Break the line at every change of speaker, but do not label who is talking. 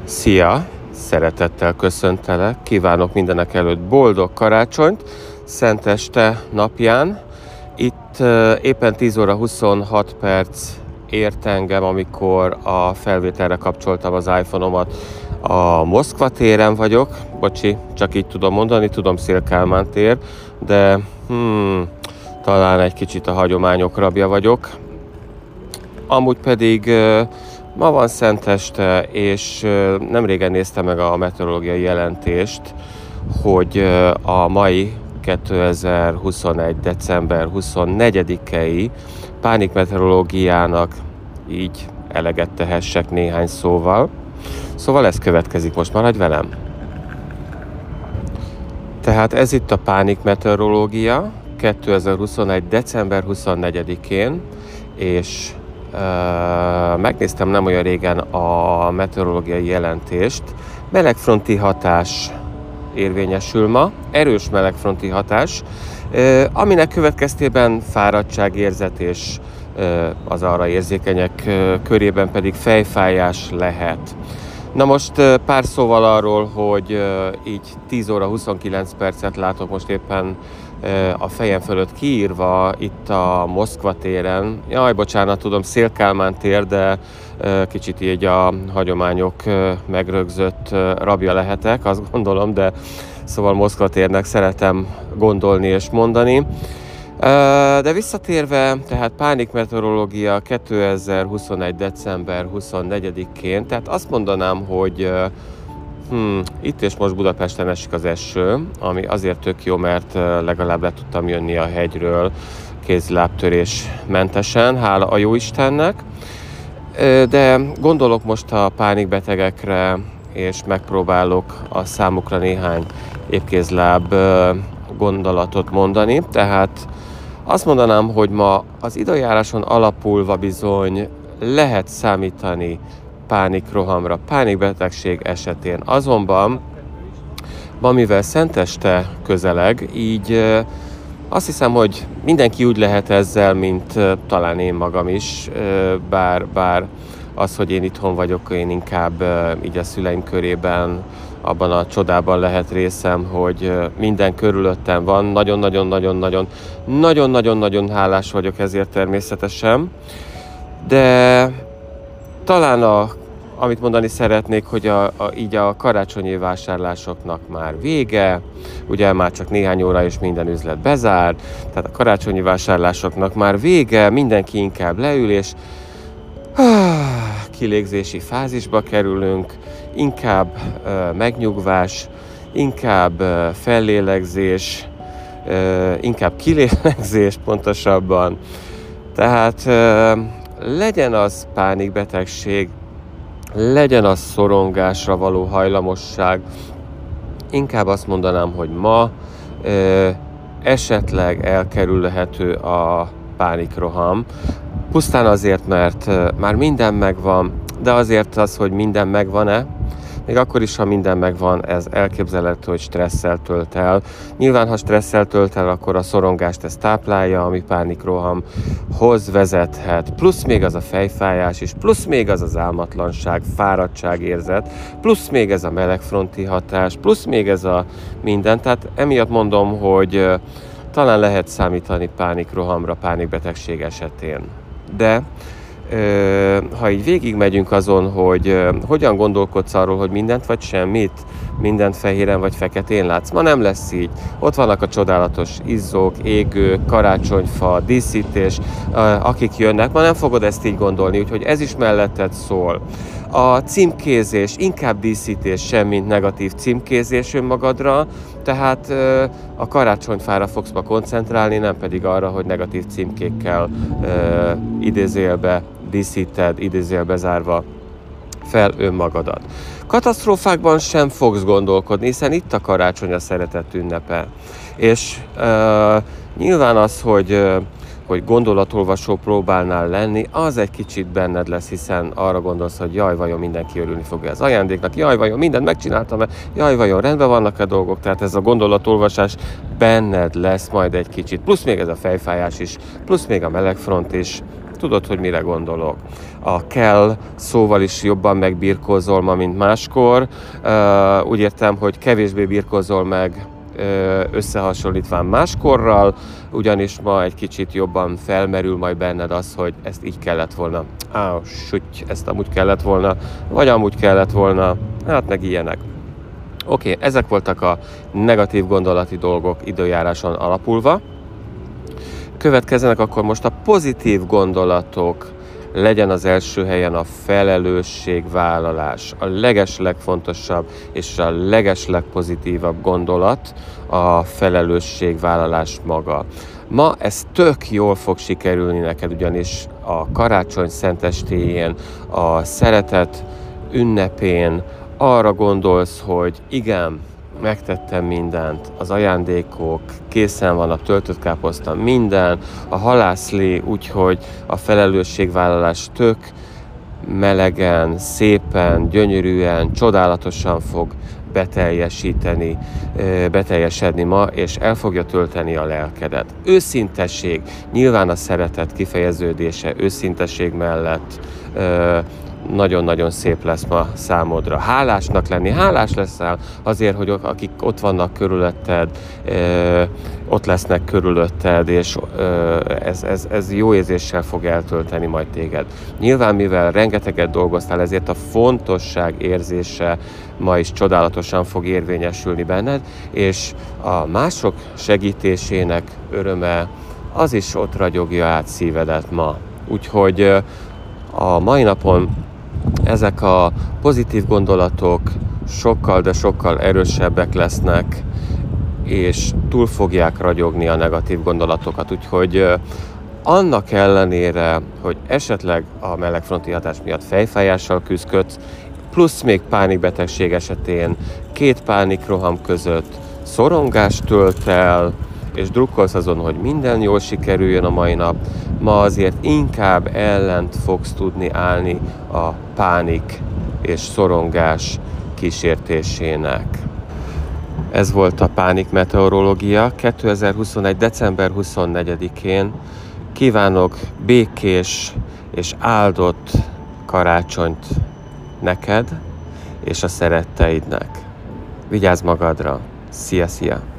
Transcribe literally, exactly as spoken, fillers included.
Szia! Szeretettel köszöntelek, kívánok mindenek előtt boldog karácsonyt, Szenteste napján. Itt uh, éppen tíz óra huszonhat perc ért engem, amikor a felvételre kapcsoltam az iPhone-omat. A Moszkva téren vagyok, bocsi, csak így tudom mondani, tudom Széll-Kálmán tér, de hmm, talán egy kicsit a hagyományok rabja vagyok. Amúgy pedig uh, ma van Szenteste, és uh, nemrégen néztem meg a meteorológiai jelentést, hogy uh, a mai kétezer-huszonegy. december huszonnegyedikei pánikmeteorológiának így eleget tehessek néhány szóval. Szóval ez következik, most maradj velem. Tehát ez itt a pánikmeteorológia kétezer-huszonegy. december huszonnegyedikén, és Uh, megnéztem nem olyan régen a meteorológiai jelentést. Melegfronti hatás érvényesül ma, erős melegfronti hatás, uh, aminek következtében fáradtságérzet és uh, az arra érzékenyek uh, körében pedig fejfájás lehet. Na most uh, pár szóval arról, hogy uh, így tíz óra huszonkilenc percet látok most éppen a fejem fölött kiírva itt a Moszkva téren. Jaj, bocsánat, tudom, Széll-Kálmán tér, de kicsit így a hagyományok megrögzött rabja lehetek, azt gondolom, de szóval Moszkva térnek szeretem gondolni és mondani. De visszatérve, tehát pánikmeteorológia kétezer-huszonegy. december huszonnegyedikén, tehát azt mondanám, hogy Hmm, itt és most Budapesten esik az eső, ami azért tök jó, mert legalább le tudtam jönni a hegyről kézlábtörés mentesen, hála a jóistennek. De gondolok most a pánikbetegekre, és megpróbálok a számukra néhány épkézláb gondolatot mondani. Tehát azt mondanám, hogy ma az időjáráson alapulva bizony lehet számítani pánikrohamra, pánikbetegség esetén. Azonban, ma mivel Szenteste közeleg, így azt hiszem, hogy mindenki úgy lehet ezzel, mint talán én magam is, bár, bár az, hogy én itthon vagyok, én inkább így a szüleim körében, abban a csodában lehet részem, hogy minden körülöttem van. Nagyon-nagyon-nagyon-nagyon nagyon-nagyon-nagyon hálás vagyok ezért természetesen. De talán a, amit mondani szeretnék, hogy a, a, így a karácsonyi vásárlásoknak már vége, ugye már csak néhány óra és minden üzlet bezár, tehát a karácsonyi vásárlásoknak már vége, mindenki inkább leül, és kilégzési fázisba kerülünk, inkább uh, megnyugvás, inkább uh, fellélegzés, uh, inkább kilélegzés pontosabban. Tehát uh, legyen az pánikbetegség, legyen az szorongásra való hajlamosság, inkább azt mondanám, hogy ma ö, esetleg elkerülhető a pánikroham, pusztán azért, mert ö, már minden megvan, de azért az, hogy minden megvan-e, még akkor is, ha minden megvan, ez elképzelhető, hogy stresszel tölt el. Nyilván, ha stresszel tölt el, akkor a szorongást ez táplálja, ami pánikrohamhoz vezethet. Plusz még az a fejfájás is, plusz még az az álmatlanság, fáradtságérzet, plusz még ez a melegfronti hatás, plusz még ez a minden. Tehát emiatt mondom, hogy uh, talán lehet számítani pánikrohamra, pánikbetegség esetén. De ha így végigmegyünk azon, hogy hogyan gondolkodsz arról, hogy mindent vagy semmit, mindent fehéren vagy feketén látsz, ma nem lesz így. Ott vannak a csodálatos izzók, égők, karácsonyfa, díszítés, akik jönnek, ma nem fogod ezt így gondolni, úgyhogy ez is melletted szól. A címkézés, inkább díszítés sem, mint negatív címkézés önmagadra, tehát a karácsonyfára fogsz ma koncentrálni, nem pedig arra, hogy negatív címkékkel idézőjelbe díszíted, idézőjelbe zárva fel önmagadat. Katasztrófákban sem fogsz gondolkodni, hiszen itt a karácsony a szeretet ünnepe. És uh, nyilván az, hogy, uh, hogy gondolatolvasó próbálnál lenni, az egy kicsit benned lesz, hiszen arra gondolsz, hogy jaj, vajon mindenki örülni fog az ajándéknak, jaj, vajon mindent megcsináltam-e, jaj, vajon rendben vannak-e dolgok, tehát ez a gondolatolvasás benned lesz majd egy kicsit. Plusz még ez a fejfájás is, plusz még a melegfront is. tudod, hogy mire gondolok. A kell szóval is jobban megbirkózol ma, mint máskor. Úgy értem, hogy kevésbé birkózol meg összehasonlítván máskorral, ugyanis ma egy kicsit jobban felmerül majd benned az, hogy ezt így kellett volna. Á, süty, ezt amúgy kellett volna, vagy amúgy kellett volna, hát meg ilyenek. Oké, okay, ezek voltak a negatív gondolati dolgok időjáráson alapulva. Következzenek akkor most a pozitív gondolatok. Legyen az első helyen a felelősségvállalás. A legeslegfontosabb és a legeslegpozitívabb gondolat a felelősségvállalás maga. Ma ez tök jól fog sikerülni neked, ugyanis a karácsony szentestéjén, a szeretet ünnepén arra gondolsz, hogy igen, megtettem mindent, az ajándékok, készen van a töltött káposzta, minden, a halászlé, úgyhogy a felelősségvállalás tök melegen, szépen, gyönyörűen, csodálatosan fog beteljesíteni, beteljesedni ma, és el fogja tölteni a lelkedet. Őszintesség, nyilván a szeretet kifejeződése őszintesség mellett nagyon-nagyon szép lesz ma számodra. Hálásnak lenni, hálás leszel azért, hogy akik ott vannak körülötted, ott lesznek körülötted, és ez, ez, ez jó érzéssel fog eltölteni majd téged. Nyilván, mivel rengeteget dolgoztál, ezért a fontosság érzése ma is csodálatosan fog érvényesülni benned, és a mások segítésének öröme, az is ott ragyogja át szívedet ma. Úgyhogy a mai napon ezek a pozitív gondolatok sokkal, de sokkal erősebbek lesznek, és túl fogják ragyogni a negatív gondolatokat. Úgyhogy annak ellenére, hogy esetleg a melegfronti hatás miatt fejfájással küzdködsz, plusz még pánikbetegség esetén két pánikroham között szorongást tölt el, és drukkolsz azon, hogy minden jól sikerüljön a mai nap, ma azért inkább ellent fogsz tudni állni a pánik és szorongás kísértésének. Ez volt a Pánik Meteorológia kétezer-huszonegy. december huszonnegyedikén. Kívánok békés és áldott karácsonyt neked és a szeretteidnek. Vigyázz magadra! Szia, szia!